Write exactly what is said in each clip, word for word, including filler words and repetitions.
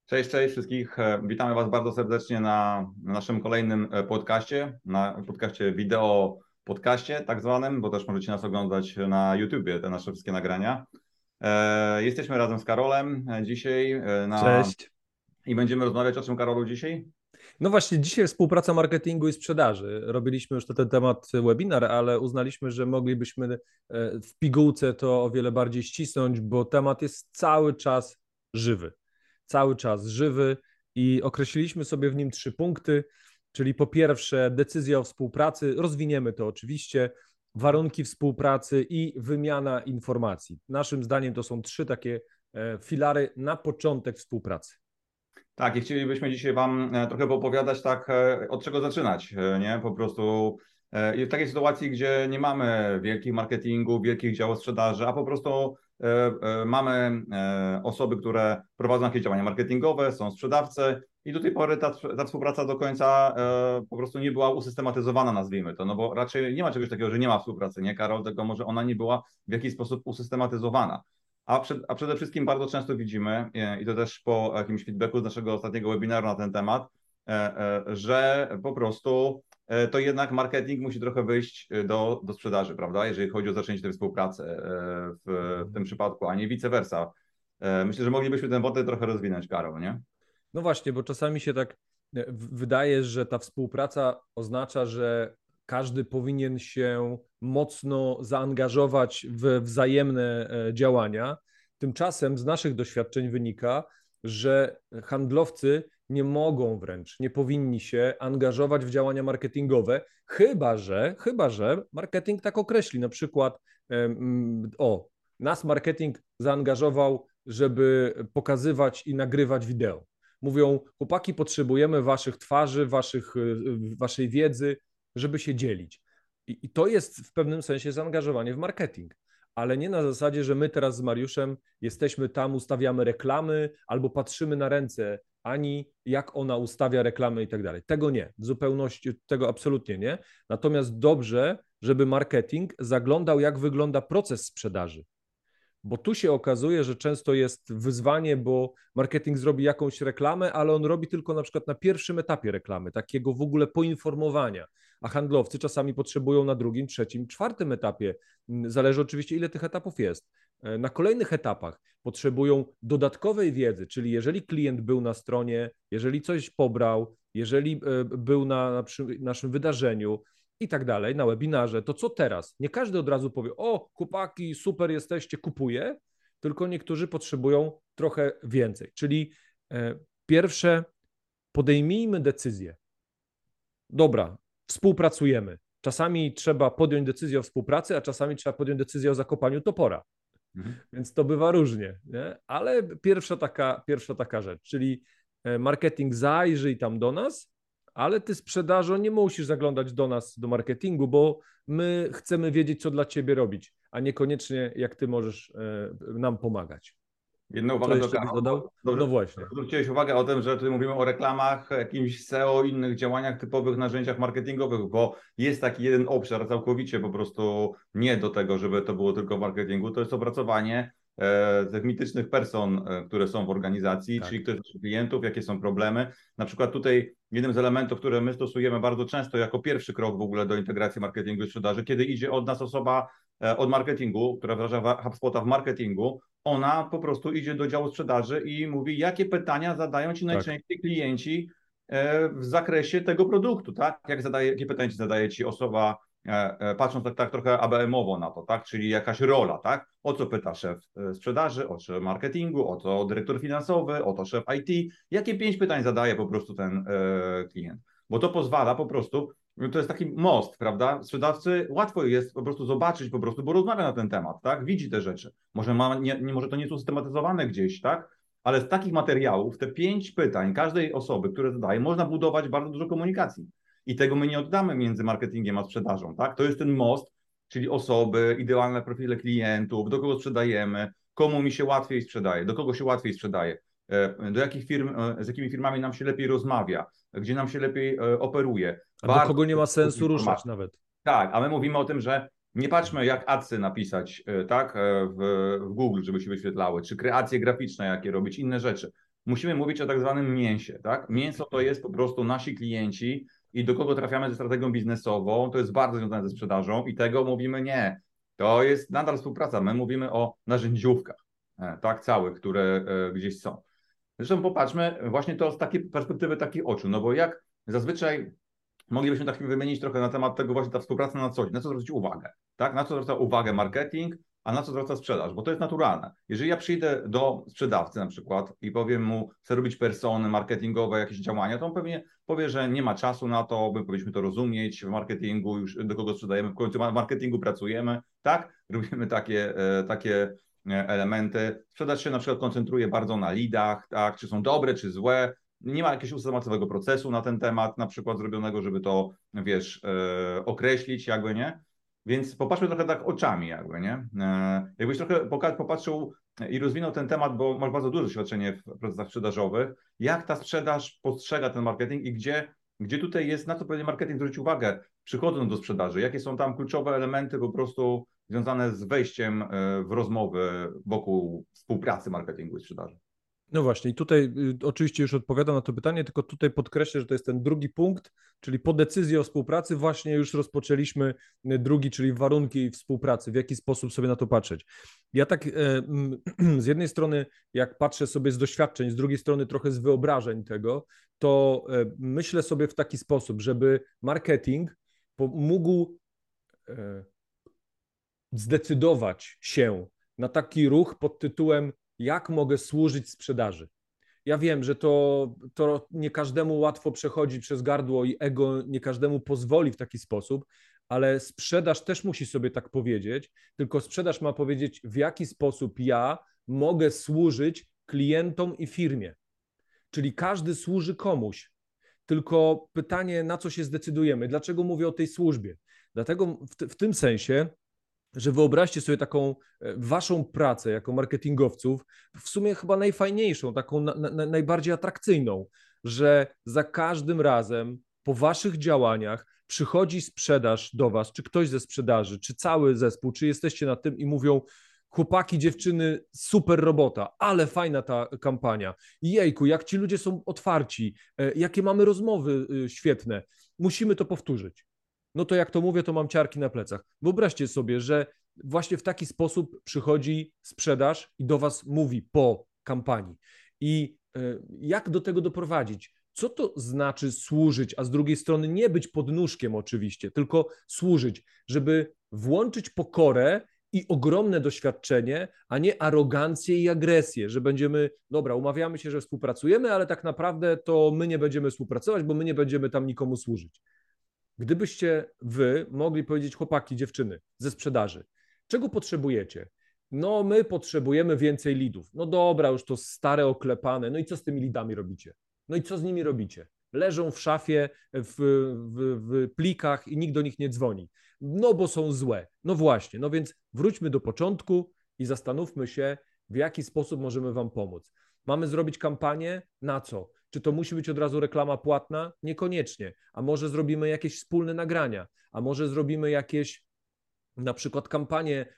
Cześć, cześć wszystkich. E, Witamy Was bardzo serdecznie na na naszym kolejnym e, podcaście, na podcaście wideo podcaście tak zwanym, bo też możecie nas oglądać na YouTubie, te nasze wszystkie nagrania. E, Jesteśmy razem z Karolem e, dzisiaj e, na... Cześć. i będziemy rozmawiać o czym, Karolu, dzisiaj? No właśnie, dzisiaj współpraca marketingu i sprzedaży. Robiliśmy już na ten temat webinar, ale uznaliśmy, że moglibyśmy e, w pigułce to o wiele bardziej ścisnąć, bo temat jest cały czas żywy. Cały czas żywy i określiliśmy sobie w nim trzy punkty, czyli po pierwsze decyzja o współpracy, rozwiniemy to oczywiście, warunki współpracy i wymiana informacji. Naszym zdaniem to są trzy takie e, filary na początek współpracy. Tak, i chcielibyśmy dzisiaj Wam e, trochę poopowiadać tak, e, od czego zaczynać, e, nie? Po prostu e, i w takiej sytuacji, gdzie nie mamy wielkich marketingu, wielkich działów sprzedaży, a po prostu e, e, mamy e, osoby, które prowadzą jakieś działania marketingowe, są sprzedawcy i do tej pory ta, ta współpraca do końca e, po prostu nie była usystematyzowana, nazwijmy to, no bo raczej nie ma czegoś takiego, że nie ma współpracy, nie, Karol, tylko może ona nie była w jakiś sposób usystematyzowana. A, przed, a przede wszystkim bardzo często widzimy, i to też po jakimś feedbacku z naszego ostatniego webinaru na ten temat, e, e, że po prostu e, to jednak marketing musi trochę wyjść do, do sprzedaży, prawda? Jeżeli chodzi o zaczęcie tej współpracy e, w, w tym przypadku, a nie vice versa. E, Myślę, że moglibyśmy ten wątek trochę rozwinąć, Karol, nie? No właśnie, bo czasami się tak e, w- wydaje, że ta współpraca oznacza, że każdy powinien się mocno zaangażować w wzajemne e, działania. Tymczasem z naszych doświadczeń wynika, że handlowcy nie mogą wręcz, nie powinni się angażować w działania marketingowe, chyba że, chyba że marketing tak określi. Na przykład, em, o, nas marketing zaangażował, żeby pokazywać i nagrywać wideo. Mówią, chłopaki, potrzebujemy waszych twarzy, waszych, y, waszej wiedzy, żeby się dzielić. I, I to jest w pewnym sensie zaangażowanie w marketing, ale nie na zasadzie, że my teraz z Mariuszem jesteśmy tam, ustawiamy reklamy albo patrzymy na ręce Ani, jak ona ustawia reklamy i tak dalej. Tego nie, w zupełności, tego absolutnie nie. Natomiast dobrze, żeby marketing zaglądał, jak wygląda proces sprzedaży. Bo tu się okazuje, że często jest wyzwanie, bo marketing zrobi jakąś reklamę, ale on robi tylko na przykład na pierwszym etapie reklamy, takiego w ogóle poinformowania, a handlowcy czasami potrzebują na drugim, trzecim, czwartym etapie, zależy oczywiście ile tych etapów jest. Na kolejnych etapach potrzebują dodatkowej wiedzy, czyli jeżeli klient był na stronie, jeżeli coś pobrał, jeżeli był na naszym wydarzeniu, i tak dalej, na webinarze, to co teraz? Nie każdy od razu powie, o chłopaki, super jesteście, kupuję, tylko niektórzy potrzebują trochę więcej. Czyli e, pierwsze, podejmijmy decyzję. Dobra, współpracujemy. Czasami trzeba podjąć decyzję o współpracy, a czasami trzeba podjąć decyzję o zakopaniu topora. Mhm. Więc to bywa różnie, nie? Ale pierwsza taka, pierwsza taka rzecz, czyli marketing zajrzyj tam do nas, ale ty sprzedażo nie musisz zaglądać do nas, do marketingu, bo my chcemy wiedzieć, co dla ciebie robić, a niekoniecznie jak ty możesz e, nam pomagać. Jedna Co uwaga do jeszcze byś Karol, dodał? bo dobrze, No właśnie. zwróciłeś uwagę o tym, że tutaj mówimy o reklamach, jakimś S E O, innych działaniach, typowych narzędziach marketingowych, bo jest taki jeden obszar całkowicie po prostu nie do tego, żeby to było tylko w marketingu, to jest opracowanie e, tych mitycznych person, e, które są w organizacji, czyli Tak, kto jest klientów, jakie są problemy. Na przykład tutaj jednym z elementów, które my stosujemy bardzo często jako pierwszy krok w ogóle do integracji marketingu i sprzedaży, kiedy idzie od nas osoba e, od marketingu, która wdraża HubSpota w marketingu, ona po prostu idzie do działu sprzedaży i mówi, jakie pytania zadają ci tak. najczęściej klienci e, w zakresie tego produktu, tak? Jak zadaje, jakie pytania ci zadaje ci osoba, e, e, patrząc tak, tak trochę A B M-owo na to, tak? Czyli jakaś rola, tak? O co pyta szef e, sprzedaży, o szef marketingu, o co dyrektor finansowy, o to szef I T. Jakie pięć pytań zadaje po prostu ten e, klient? Bo to pozwala po prostu, to jest taki most, prawda? Sprzedawcy łatwo jest po prostu zobaczyć po prostu, bo rozmawia na ten temat, tak? Widzi te rzeczy. Może, ma, nie, nie, może to nie jest usystematyzowane gdzieś, tak? Ale z takich materiałów, te pięć pytań każdej osoby, które zadaje, można budować bardzo dużo komunikacji. I tego my nie oddamy między marketingiem a sprzedażą, tak? To jest ten most, czyli osoby, idealne profile klientów, do kogo sprzedajemy, komu mi się łatwiej sprzedaje, do kogo się łatwiej sprzedaje, do jakich firm, z jakimi firmami nam się lepiej rozmawia, gdzie nam się lepiej operuje. A do Bardzo kogo nie ma sensu ruszać informacji. nawet. Tak, a my mówimy o tym, że nie patrzmy, jak adsy napisać, tak, w, w Google, żeby się wyświetlały, czy kreacje graficzne, jakie robić, inne rzeczy. musimy mówić o tak zwanym mięsie, tak? Mięso to jest po prostu nasi klienci i do kogo trafiamy ze strategią biznesową, to jest bardzo związane ze sprzedażą i tego mówimy nie. To jest nadal współpraca. My mówimy o narzędziówkach, e, tak, całych, które e, gdzieś są. Zresztą popatrzmy właśnie to z takiej perspektywy, takich oczu, no bo jak zazwyczaj moglibyśmy tak wymienić trochę na temat tego właśnie ta współpraca na co dzień, na co zwrócić uwagę, tak? Na co zwraca uwagę marketing, a na co zwraca sprzedaż, bo to jest naturalne. Jeżeli ja przyjdę do sprzedawcy na przykład i powiem mu, chcę robić persony marketingowe, jakieś działania, to on pewnie powie, że nie ma czasu na to, my powinniśmy to rozumieć w marketingu, już do kogo sprzedajemy, w końcu w marketingu pracujemy, tak? Robimy takie, e, takie elementy. Sprzedaż się na przykład koncentruje bardzo na leadach, tak? Czy są dobre, czy złe. Nie ma jakiegoś usystematyzowego procesu na ten temat, na przykład zrobionego, żeby to, wiesz, e, określić, jakby, nie? Więc popatrzmy trochę tak oczami, jakby, nie? E, jakbyś trochę popatrzył i rozwinął ten temat, bo masz bardzo duże doświadczenie w procesach sprzedażowych, jak ta sprzedaż postrzega ten marketing i gdzie, gdzie tutaj jest, na co powinien marketing zwrócić uwagę, przychodząc do sprzedaży, jakie są tam kluczowe elementy po prostu związane z wejściem w rozmowy wokół współpracy marketingu i sprzedaży. No właśnie, i tutaj y, oczywiście już odpowiadam na to pytanie, tylko tutaj podkreślę, że to jest ten drugi punkt, czyli po decyzji o współpracy właśnie już rozpoczęliśmy drugi, czyli warunki współpracy, w jaki sposób sobie na to patrzeć. Ja tak e, z jednej strony, jak patrzę sobie z doświadczeń, z drugiej strony trochę z wyobrażeń tego, to e, myślę sobie w taki sposób, żeby marketing mógł e, zdecydować się na taki ruch pod tytułem jak mogę służyć sprzedaży. Ja wiem, że to, to nie każdemu łatwo przechodzi przez gardło i ego nie każdemu pozwoli w taki sposób, ale sprzedaż też musi sobie tak powiedzieć, tylko sprzedaż ma powiedzieć, w jaki sposób ja mogę służyć klientom i firmie. Czyli każdy służy komuś. Tylko pytanie, na co się zdecydujemy? Dlaczego mówię o tej służbie? Dlatego w, w tym sensie, że wyobraźcie sobie taką waszą pracę jako marketingowców, w sumie chyba najfajniejszą, taką na, na, najbardziej atrakcyjną, że za każdym razem po waszych działaniach przychodzi sprzedaż do was, czy ktoś ze sprzedaży, czy cały zespół, czy jesteście na tym i mówią: chłopaki, dziewczyny, super robota, ale fajna ta kampania. Jejku, jak ci ludzie są otwarci, jakie mamy rozmowy świetne, musimy to powtórzyć. No to jak to mówię, to mam ciarki na plecach. Wyobraźcie sobie, że właśnie w taki sposób przychodzi sprzedaż i do was mówi po kampanii. I jak do tego doprowadzić? Co to znaczy służyć, a z drugiej strony nie być podnóżkiem oczywiście, tylko służyć, żeby włączyć pokorę i ogromne doświadczenie, a nie arogancję i agresję, że będziemy, dobra, umawiamy się, że współpracujemy, ale tak naprawdę to my nie będziemy współpracować, bo my nie będziemy tam nikomu służyć. Gdybyście wy mogli powiedzieć, chłopaki, dziewczyny ze sprzedaży, czego potrzebujecie? No my potrzebujemy więcej leadów. No dobra, już to stare, oklepane. No i co z tymi leadami robicie? No i co z nimi robicie? Leżą w szafie, w, w, w plikach i nikt do nich nie dzwoni. No bo są złe. No właśnie, no więc wróćmy do początku i zastanówmy się, w jaki sposób możemy wam pomóc. Mamy zrobić kampanię? Na co? Czy to musi być od razu reklama płatna? Niekoniecznie. A może zrobimy jakieś wspólne nagrania? A może zrobimy jakieś na przykład kampanię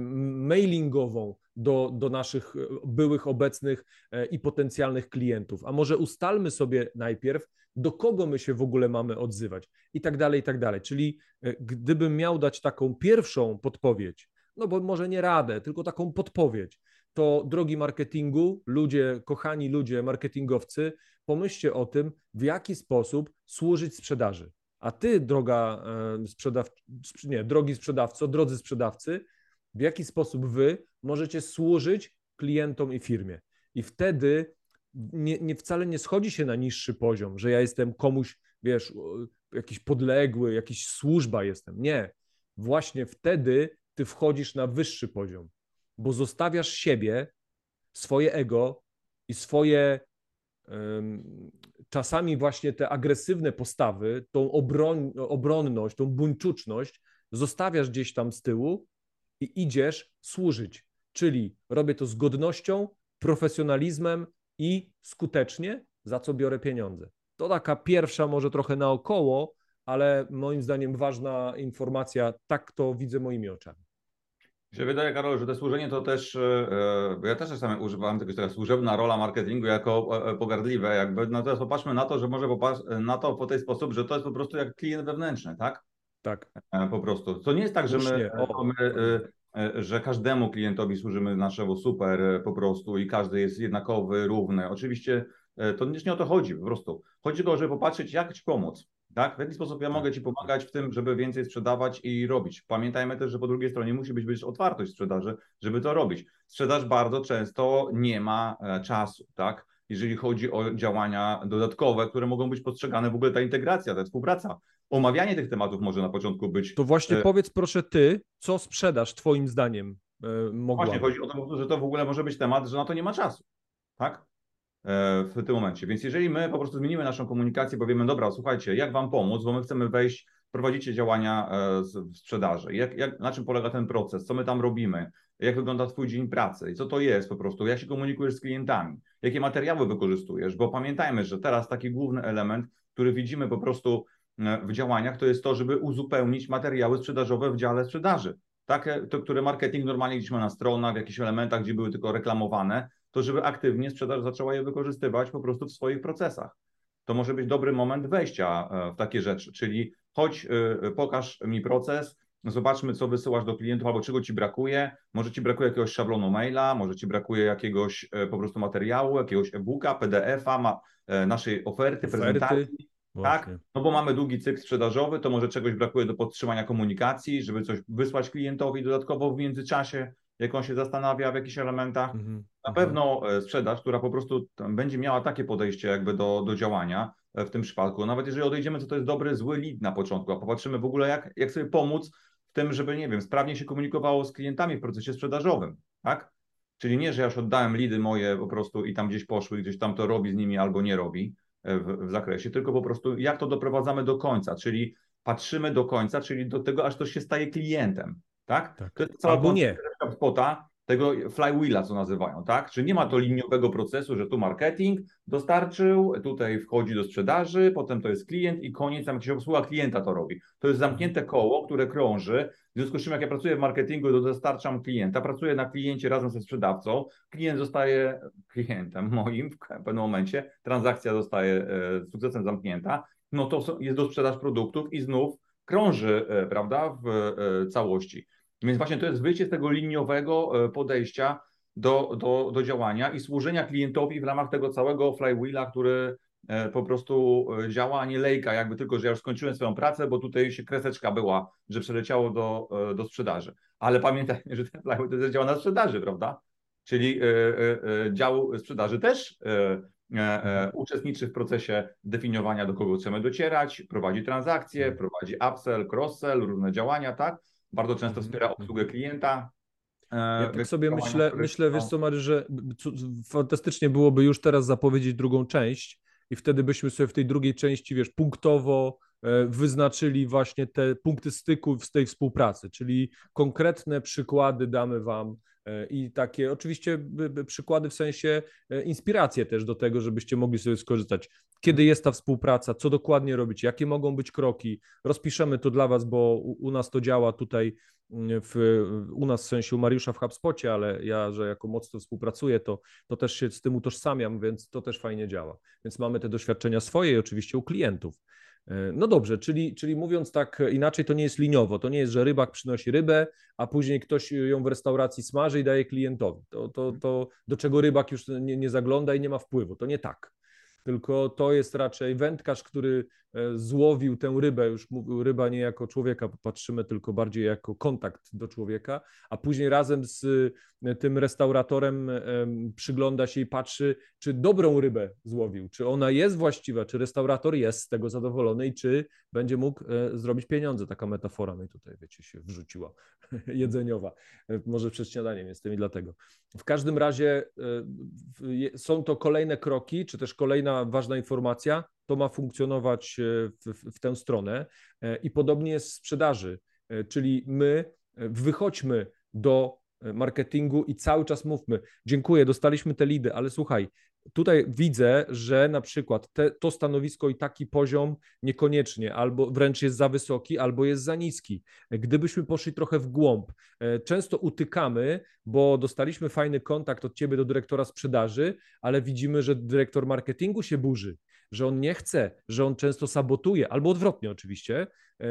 mailingową do, do naszych byłych, obecnych i potencjalnych klientów? A może ustalmy sobie najpierw, do kogo my się w ogóle mamy odzywać i tak dalej, i tak dalej. Czyli gdybym miał dać taką pierwszą podpowiedź, no bo może nie radę, tylko taką podpowiedź, to drogi marketingu, ludzie, kochani ludzie, marketingowcy, pomyślcie o tym, w jaki sposób służyć sprzedaży. A ty, droga sprzedaw... nie, drogi sprzedawco, drodzy sprzedawcy, w jaki sposób wy możecie służyć klientom i firmie. I wtedy nie, nie wcale nie schodzi się na niższy poziom, że ja jestem komuś, wiesz, jakiś podległy, jakiś służba jestem. Nie. Właśnie wtedy ty wchodzisz na wyższy poziom, bo zostawiasz siebie, swoje ego i swoje um, czasami właśnie te agresywne postawy, tą obron, obronność, tą buńczuczność zostawiasz gdzieś tam z tyłu i idziesz służyć. Czyli robię to z godnością, profesjonalizmem i skutecznie, za co biorę pieniądze. To taka pierwsza, może trochę naokoło, ale moim zdaniem ważna informacja, tak to widzę moimi oczami. Mi się wydaje, Karol, że to służenie to też, e, ja też czasami używałem tego, taka służebna rola marketingu jako e, pogardliwe, jakby, natomiast popatrzmy na to, że może popatrz na to w ten sposób, że to jest po prostu jak klient wewnętrzny, tak? Tak, E, Po prostu. To nie jest tak, że my, słusznie. O, my fajnie. e, e, że każdemu klientowi służymy naszego super e, po prostu i każdy jest jednakowy, równy. Oczywiście e, to nie, nie o to chodzi po prostu. Chodzi tylko, żeby popatrzeć, jak ci pomóc. Tak? W jaki sposób ja Tak, mogę ci tak. pomagać w tym, żeby więcej sprzedawać i robić. Pamiętajmy też, że po drugiej stronie musi być, być otwartość sprzedaży, żeby to robić. Sprzedaż bardzo często nie ma e, czasu, tak? Jeżeli chodzi o działania dodatkowe, które mogą być postrzegane w ogóle ta integracja, ta współpraca. Omawianie tych tematów może na początku być. To właśnie e, powiedz proszę ty, co sprzedaż twoim zdaniem e, Właśnie mogłaby? chodzi o to, że to w ogóle może być temat, że na to nie ma czasu, tak? E, W tym momencie. Więc jeżeli my po prostu zmienimy naszą komunikację, powiemy, dobra, słuchajcie, jak wam pomóc, bo my chcemy wejść, prowadzicie działania e, z- w sprzedaży, jak, jak, na czym polega ten proces, co my tam robimy, jak wygląda twój dzień pracy i co to jest po prostu, jak się komunikujesz z klientami, jakie materiały wykorzystujesz, bo pamiętajmy, że teraz taki główny element, który widzimy po prostu e, w działaniach, to jest to, żeby uzupełnić materiały sprzedażowe w dziale sprzedaży. Takie, to, które marketing normalnie gdzieś ma na stronach, w jakichś elementach, gdzie były tylko reklamowane, to żeby aktywnie sprzedaż zaczęła je wykorzystywać po prostu w swoich procesach. To może być dobry moment wejścia e, w takie rzeczy, czyli chodź, e, pokaż mi proces, zobaczmy, co wysyłasz do klientów albo czego ci brakuje. Może ci brakuje jakiegoś szablonu maila, może ci brakuje jakiegoś e, po prostu materiału, jakiegoś e-booka, P D F-a, ma, e, naszej oferty, Oferty? prezentacji. Tak, Właśnie. no bo mamy długi cykl sprzedażowy, to może czegoś brakuje do podtrzymania komunikacji, żeby coś wysłać klientowi dodatkowo w międzyczasie, jak on się zastanawia w jakichś elementach. Mhm, Na mhm. pewno e, sprzedaż, która po prostu tam będzie miała takie podejście jakby do, do działania e, w tym przypadku, nawet jeżeli odejdziemy, co to jest dobry, zły lead na początku, a popatrzymy w ogóle, jak, jak sobie pomóc w tym, żeby, nie wiem, sprawnie się komunikowało z klientami w procesie sprzedażowym, tak? Czyli nie, że ja już oddałem lidy moje po prostu i tam gdzieś poszły, gdzieś tam to robi z nimi albo nie robi e, w, w zakresie, tylko po prostu jak to doprowadzamy do końca, czyli patrzymy do końca, czyli do tego, aż to się staje klientem, tak? To Tak. jest cała Albo koncepcja nie. spota, tego flywheela, co nazywają, tak? Czyli nie ma to liniowego procesu, że tu marketing dostarczył, tutaj wchodzi do sprzedaży, potem to jest klient i koniec, tam jakaś obsługa klienta to robi. To jest Mhm. zamknięte koło, które krąży. W związku z czym, jak ja pracuję w marketingu, to dostarczam klienta, pracuję na kliencie razem ze sprzedawcą, klient zostaje klientem moim w pewnym momencie, transakcja zostaje e, sukcesem zamknięta, no to jest do sprzedaż produktów i znów krąży, e, prawda, w e, całości. Więc właśnie to jest wyjście z tego liniowego e, podejścia do, do, do działania i służenia klientowi w ramach tego całego flywheela, który e, po prostu e, działa, a nie lejka, jakby tylko, że ja już skończyłem swoją pracę, bo tutaj się kreseczka była, że przeleciało do, e, do sprzedaży. Ale pamiętajmy, że ten flywheel to też działa na sprzedaży, prawda? Czyli e, e, e, dział sprzedaży też e, e, e, uczestniczy w procesie definiowania, do kogo chcemy docierać, prowadzi transakcje, prowadzi upsell, cross-sell, różne działania, tak? Bardzo często Mhm, wspiera obsługę mhm. klienta Ja e, w tak jakichś sobie działaniach, myślę, które myślę, wiesz są. co, Mariusz, że b- cu- fantastycznie byłoby już teraz zapowiedzieć drugą część i wtedy byśmy sobie w tej drugiej części, wiesz, punktowo e, wyznaczyli właśnie te punkty styku z tej współpracy, czyli konkretne przykłady damy wam e, i takie oczywiście by- by przykłady w sensie e, inspiracje też do tego, żebyście mogli sobie skorzystać. Kiedy jest ta współpraca, co dokładnie robić, jakie mogą być kroki, rozpiszemy to dla was, bo u, u nas to działa tutaj w, u nas w sensie u Mariusza w HubSpocie, ale ja, że jako mocno współpracuję, to, to też się z tym utożsamiam, więc to też fajnie działa. Więc mamy te doświadczenia swoje i oczywiście u klientów. No dobrze, czyli, czyli mówiąc tak inaczej, to nie jest liniowo. To nie jest, że rybak przynosi rybę, a później ktoś ją w restauracji smaży i daje klientowi. To, to, to do czego rybak już nie, nie zagląda i nie ma wpływu. To nie tak. Tylko to jest raczej wędkarz, który złowił tę rybę, już mówił, ryba nie jako człowieka, patrzymy tylko bardziej jako kontakt do człowieka, a później razem z tym restauratorem przygląda się i patrzy, czy dobrą rybę złowił, czy ona jest właściwa, czy restaurator jest z tego zadowolony i czy będzie mógł zrobić pieniądze. Taka metafora mi tutaj, wiecie, się wrzuciła, jedzeniowa. Może przed śniadaniem jestem i dlatego. W każdym razie są to kolejne kroki, czy też kolejna ważna informacja, to ma funkcjonować w, w, w tę stronę i podobnie jest w sprzedaży, czyli my wychodźmy do marketingu i cały czas mówmy, dziękuję, dostaliśmy te lidy, ale słuchaj, tutaj widzę, że na przykład te, to stanowisko i taki poziom niekoniecznie, albo wręcz jest za wysoki, albo jest za niski. Gdybyśmy poszli trochę w głąb, często utykamy, bo dostaliśmy fajny kontakt od ciebie do dyrektora sprzedaży, ale widzimy, że dyrektor marketingu się burzy, że on nie chce, że on często sabotuje, albo odwrotnie oczywiście,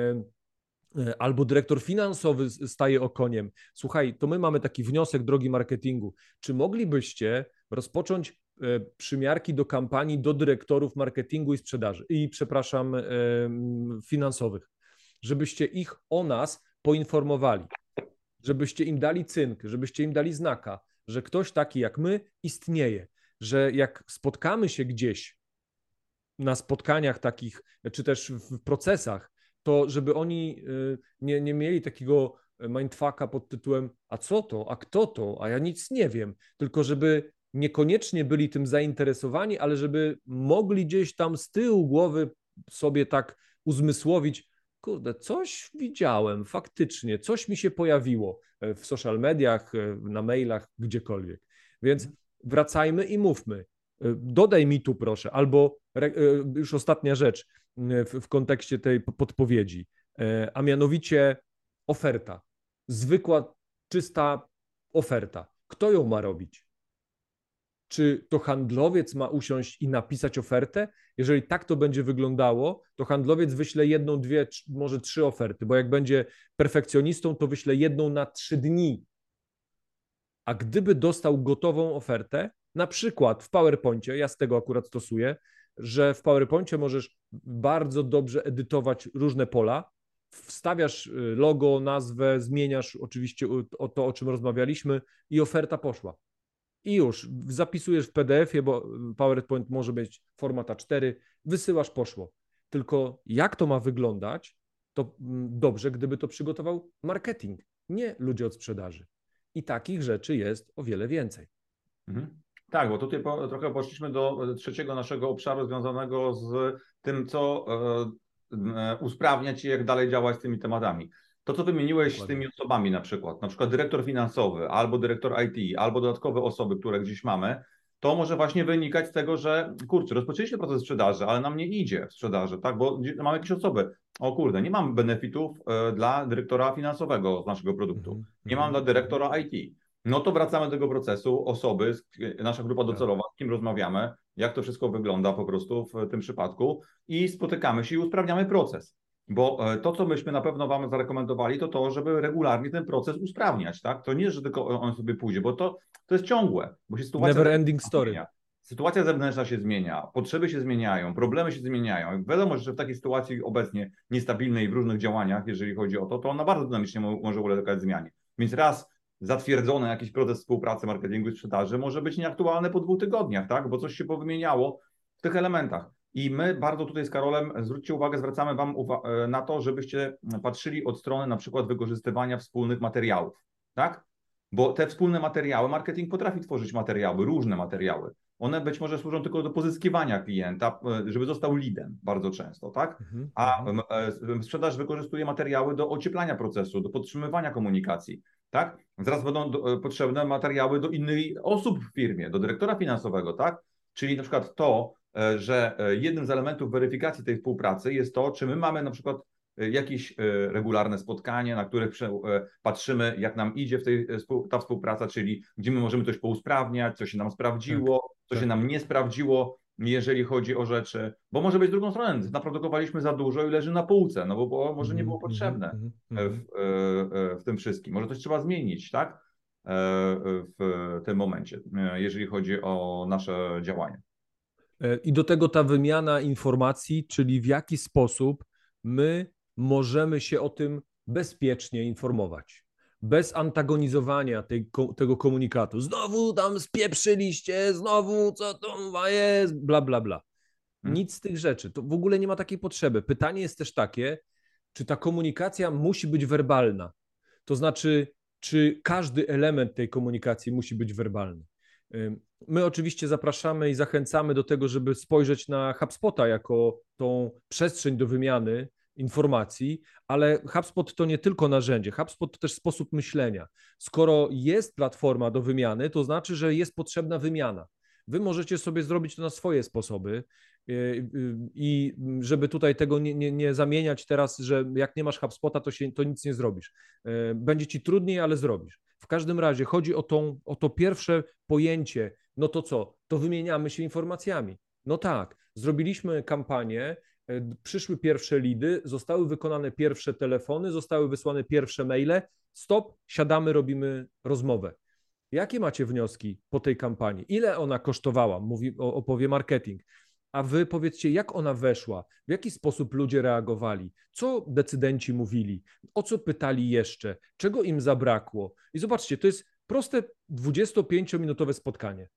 albo dyrektor finansowy staje okoniem. Słuchaj, to my mamy taki wniosek, drogi marketingu. Czy moglibyście rozpocząć przymiarki do kampanii do dyrektorów marketingu i sprzedaży i przepraszam finansowych, żebyście ich o nas poinformowali, żebyście im dali cynk, żebyście im dali znaka, że ktoś taki jak my istnieje, że jak spotkamy się gdzieś na spotkaniach takich, czy też w procesach, to żeby oni nie, nie mieli takiego mindfucka pod tytułem a co to, a kto to, a ja nic nie wiem, tylko żeby niekoniecznie byli tym zainteresowani, ale żeby mogli gdzieś tam z tyłu głowy sobie tak uzmysłowić, kurde, coś widziałem faktycznie, coś mi się pojawiło w social mediach, na mailach, gdziekolwiek. Więc wracajmy i mówmy. Dodaj mi tu proszę, albo już ostatnia rzecz w, w kontekście tej podpowiedzi, a mianowicie oferta. Zwykła, czysta oferta. Kto ją ma robić? Czy to handlowiec ma usiąść i napisać ofertę? Jeżeli tak to będzie wyglądało, to handlowiec wyśle jedną, dwie, może trzy oferty, bo jak będzie perfekcjonistą, to wyśle jedną na trzy dni. A gdyby dostał gotową ofertę, na przykład w PowerPoincie, ja z tego akurat stosuję, że w PowerPoincie możesz bardzo dobrze edytować różne pola, wstawiasz logo, nazwę, zmieniasz oczywiście o to, o czym rozmawialiśmy i oferta poszła. I już zapisujesz w P D F ie, bo PowerPoint może być format A cztery, wysyłasz, poszło. Tylko jak to ma wyglądać, to dobrze, gdyby to przygotował marketing, nie ludzie od sprzedaży. I takich rzeczy jest o wiele więcej. Mhm. Tak, bo tutaj po, trochę poszliśmy do trzeciego naszego obszaru związanego z tym, co e, e, usprawniać i jak dalej działać z tymi tematami. To, co wymieniłeś Dokładnie. Z tymi osobami na przykład, na przykład dyrektor finansowy, albo dyrektor I T, albo dodatkowe osoby, które gdzieś mamy, to może właśnie wynikać z tego, że kurczę, rozpoczęliśmy proces sprzedaży, ale nam nie idzie w sprzedaży, tak, bo mamy jakieś osoby, o kurde, nie mam benefitów e, dla dyrektora finansowego z naszego produktu, mm-hmm. nie mam dla dyrektora I T. No to wracamy do tego procesu, osoby, nasza grupa docelowa, z kim rozmawiamy, jak to wszystko wygląda po prostu w tym przypadku i spotykamy się i usprawniamy proces. Bo to, co myśmy na pewno Wam zarekomendowali, to to, żeby regularnie ten proces usprawniać, tak? To nie, że tylko on sobie pójdzie, bo to, to jest ciągłe, bo się sytuacja Never ending story. Zmienia. Sytuacja zewnętrzna się zmienia, potrzeby się zmieniają, problemy się zmieniają. Wiadomo, że w takiej sytuacji obecnie niestabilnej w różnych działaniach, jeżeli chodzi o to, to ona bardzo dynamicznie może ulegać zmianie. Więc raz zatwierdzony jakiś proces współpracy, marketingu i sprzedaży może być nieaktualny po dwóch tygodniach, tak? Bo coś się powymieniało w tych elementach. I my bardzo tutaj z Karolem, zwróćcie uwagę, zwracamy Wam uwa- na to, żebyście patrzyli od strony na przykład wykorzystywania wspólnych materiałów, tak? Bo te wspólne materiały, marketing potrafi tworzyć materiały, różne materiały. One być może służą tylko do pozyskiwania klienta, żeby został leadem bardzo często, tak? A sprzedaż wykorzystuje materiały do ocieplania procesu, do podtrzymywania komunikacji, tak? Zaraz będą do, potrzebne materiały do innych osób w firmie, do dyrektora finansowego, tak? Czyli na przykład to, że jednym z elementów weryfikacji tej współpracy jest to, czy my mamy na przykład jakieś regularne spotkanie, na których patrzymy, jak nam idzie w tej, ta współpraca, czyli gdzie my możemy coś pousprawniać, co się nam sprawdziło, tak, co tak. się nam nie sprawdziło, jeżeli chodzi o rzeczy, bo może być z drugą stroną, naprodukowaliśmy za dużo i leży na półce, no bo, bo może nie było potrzebne mm, mm, w, w tym wszystkim. Może coś trzeba zmienić, tak, w tym momencie, jeżeli chodzi o nasze działania. I do tego ta wymiana informacji, czyli w jaki sposób my możemy się o tym bezpiecznie informować, bez antagonizowania tej, tego komunikatu. Znowu tam spieprzyliście, znowu co to jest, bla, bla, bla. Nic z tych rzeczy. To w ogóle nie ma takiej potrzeby. Pytanie jest też takie, czy ta komunikacja musi być werbalna? To znaczy, czy każdy element tej komunikacji musi być werbalny? My oczywiście zapraszamy i zachęcamy do tego, żeby spojrzeć na HubSpota jako tą przestrzeń do wymiany informacji, ale HubSpot to nie tylko narzędzie, HubSpot to też sposób myślenia. Skoro jest platforma do wymiany, to znaczy, że jest potrzebna wymiana. Wy możecie sobie zrobić to na swoje sposoby i żeby tutaj tego nie, nie, nie zamieniać teraz, że jak nie masz HubSpota, to, się, to nic nie zrobisz. Będzie ci trudniej, ale zrobisz. W każdym razie chodzi o, tą, o to pierwsze pojęcie, no to co? To wymieniamy się informacjami. No tak, zrobiliśmy kampanię, przyszły pierwsze lidy, zostały wykonane pierwsze telefony, zostały wysłane pierwsze maile, stop, siadamy, robimy rozmowę. Jakie macie wnioski po tej kampanii? Ile ona kosztowała? Mówi, opowie marketing. A wy powiedzcie, jak ona weszła, w jaki sposób ludzie reagowali, co decydenci mówili, o co pytali jeszcze, czego im zabrakło. I zobaczcie, to jest proste dwudziestopięciominutowe spotkanie.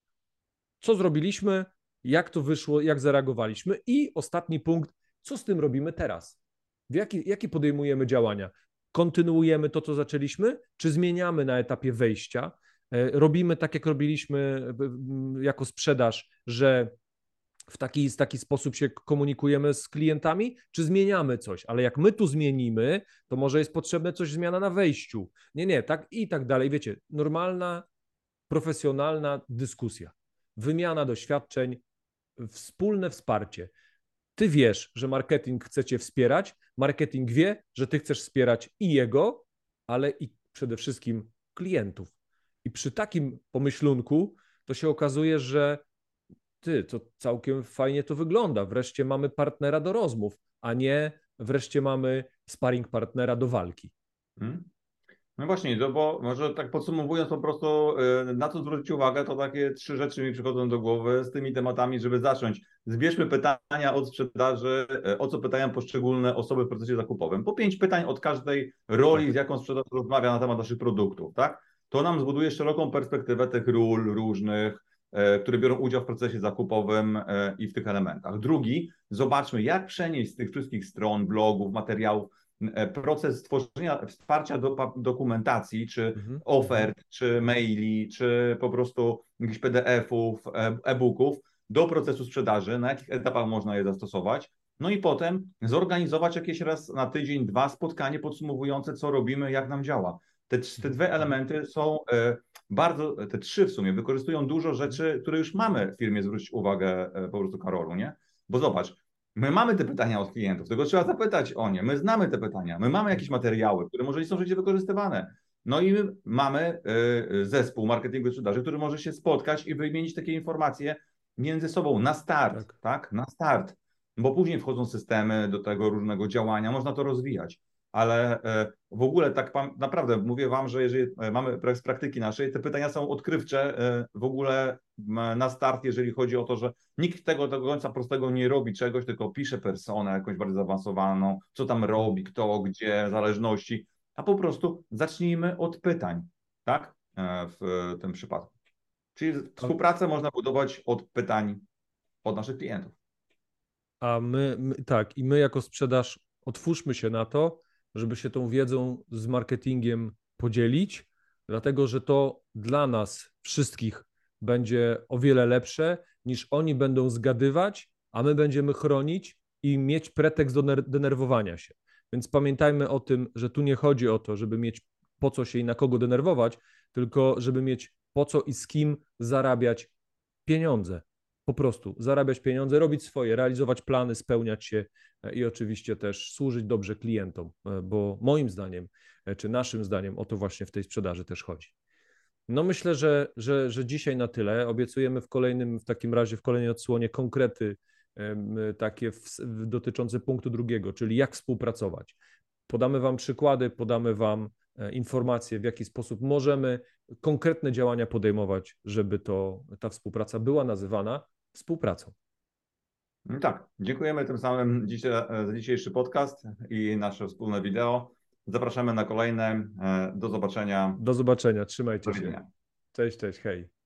Co zrobiliśmy, jak to wyszło, jak zareagowaliśmy i ostatni punkt, co z tym robimy teraz? W jaki, jakie podejmujemy działania? Kontynuujemy to, co zaczęliśmy, czy zmieniamy na etapie wejścia? Robimy tak, jak robiliśmy jako sprzedaż, że w taki, w taki sposób się komunikujemy z klientami, czy zmieniamy coś? Ale jak my tu zmienimy, to może jest potrzebne coś zmiana na wejściu. Nie, nie, tak i tak dalej. Wiecie, normalna, profesjonalna dyskusja, wymiana doświadczeń, wspólne wsparcie. Ty wiesz, że marketing chce cię wspierać, marketing wie, że ty chcesz wspierać i jego, ale i przede wszystkim klientów. I przy takim pomyślunku to się okazuje, że ty, to całkiem fajnie to wygląda. Wreszcie mamy partnera do rozmów, a nie wreszcie mamy sparring partnera do walki. Hmm. No właśnie, no bo może tak podsumowując po prostu, na co zwrócić uwagę, to takie trzy rzeczy mi przychodzą do głowy z tymi tematami, żeby zacząć. Zbierzmy pytania od sprzedaży, o co pytają poszczególne osoby w procesie zakupowym. Po pięć pytań od każdej roli, tak, z jaką sprzedaż rozmawia na temat naszych produktów, tak? To nam zbuduje szeroką perspektywę tych ról różnych, które biorą udział w procesie zakupowym i w tych elementach. Drugi, zobaczmy, jak przenieść z tych wszystkich stron, blogów, materiałów proces tworzenia, wsparcia do, dokumentacji, czy mhm. ofert, czy maili, czy po prostu jakichś P D F-ów, e-booków do procesu sprzedaży, na jakich etapach można je zastosować. No i potem zorganizować jakieś raz na tydzień, dwa spotkanie podsumowujące, co robimy, jak nam działa. Te, te dwie elementy są e, bardzo, te trzy w sumie, wykorzystują dużo rzeczy, które już mamy w firmie, zwróć uwagę e, po prostu, Karolu, nie? Bo zobacz, my mamy te pytania od klientów, tylko trzeba zapytać o nie, my znamy te pytania, my mamy jakieś materiały, które może nie są życie wykorzystywane. No i mamy y, zespół marketingu i sprzedaży, który może się spotkać i wymienić takie informacje między sobą na start, tak, tak? Na start, bo później wchodzą systemy do tego różnego działania, można to rozwijać. Ale w ogóle tak naprawdę mówię wam, że jeżeli mamy z praktyki naszej, te pytania są odkrywcze w ogóle na start, jeżeli chodzi o to, że nikt tego do końca prostego nie robi czegoś, tylko pisze personę jakąś bardzo zaawansowaną, co tam robi, kto, gdzie, zależności, a po prostu zacznijmy od pytań, tak? W tym przypadku. Czyli współpracę można budować od pytań od naszych klientów. A my, my tak, i my jako sprzedaż otwórzmy się na to, żeby się tą wiedzą z marketingiem podzielić, dlatego że to dla nas wszystkich będzie o wiele lepsze, niż oni będą zgadywać, a my będziemy chronić i mieć pretekst do denerwowania się. Więc pamiętajmy o tym, że tu nie chodzi o to, żeby mieć po co się i na kogo denerwować, tylko żeby mieć po co i z kim zarabiać pieniądze. Po prostu zarabiać pieniądze, robić swoje, realizować plany, spełniać się i oczywiście też służyć dobrze klientom, bo moim zdaniem, czy naszym zdaniem o to właśnie w tej sprzedaży też chodzi. No myślę, że, że, że dzisiaj na tyle. Obiecujemy w kolejnym, w takim razie w kolejnej odsłonie konkrety takie w, dotyczące punktu drugiego, czyli jak współpracować. Podamy wam przykłady, podamy wam informacje, w jaki sposób możemy konkretne działania podejmować, żeby to, ta współpraca była nazywana współpracą. Tak, dziękujemy tym samym dzisiaj, za dzisiejszy podcast i nasze wspólne wideo. Zapraszamy na kolejne. Do zobaczenia. Do zobaczenia, trzymajcie Do się. Cześć, cześć, hej.